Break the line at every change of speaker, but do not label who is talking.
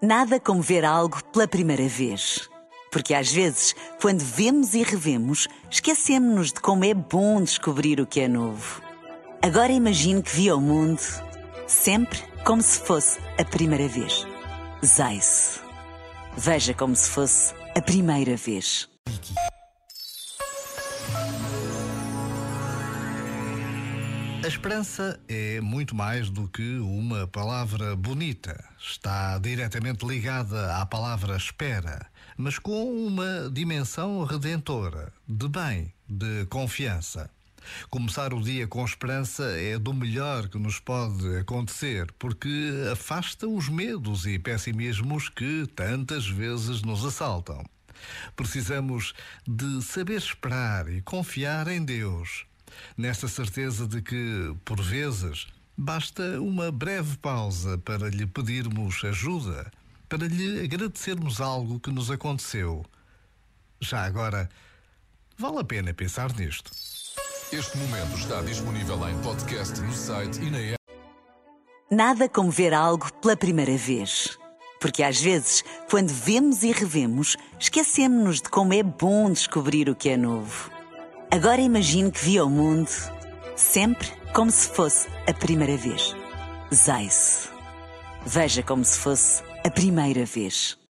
Nada como ver algo pela primeira vez. Porque às vezes, quando vemos e revemos, esquecemos-nos de como é bom descobrir o que é novo. Agora imagine que viu o mundo sempre como se fosse a primeira vez. Zais. Veja como se fosse a primeira vez.
A esperança é muito mais do que uma palavra bonita. Está diretamente ligada à palavra espera, mas com uma dimensão redentora, de bem, de confiança. Começar o dia com esperança é do melhor que nos pode acontecer, porque afasta os medos e pessimismos que tantas vezes nos assaltam. Precisamos de saber esperar e confiar em Deus, nesta certeza de que, por vezes, basta uma breve pausa para lhe pedirmos ajuda, para lhe agradecermos algo que nos aconteceu. Já agora, vale a pena pensar nisto.
Este momento está disponível em podcast no site e na app.
Nada como ver algo pela primeira vez. Porque às vezes, quando vemos e revemos, esquecemos-nos de como é bom descobrir o que é novo. Agora imagine que viu o mundo sempre como se fosse a primeira vez. Zais. Veja como se fosse a primeira vez.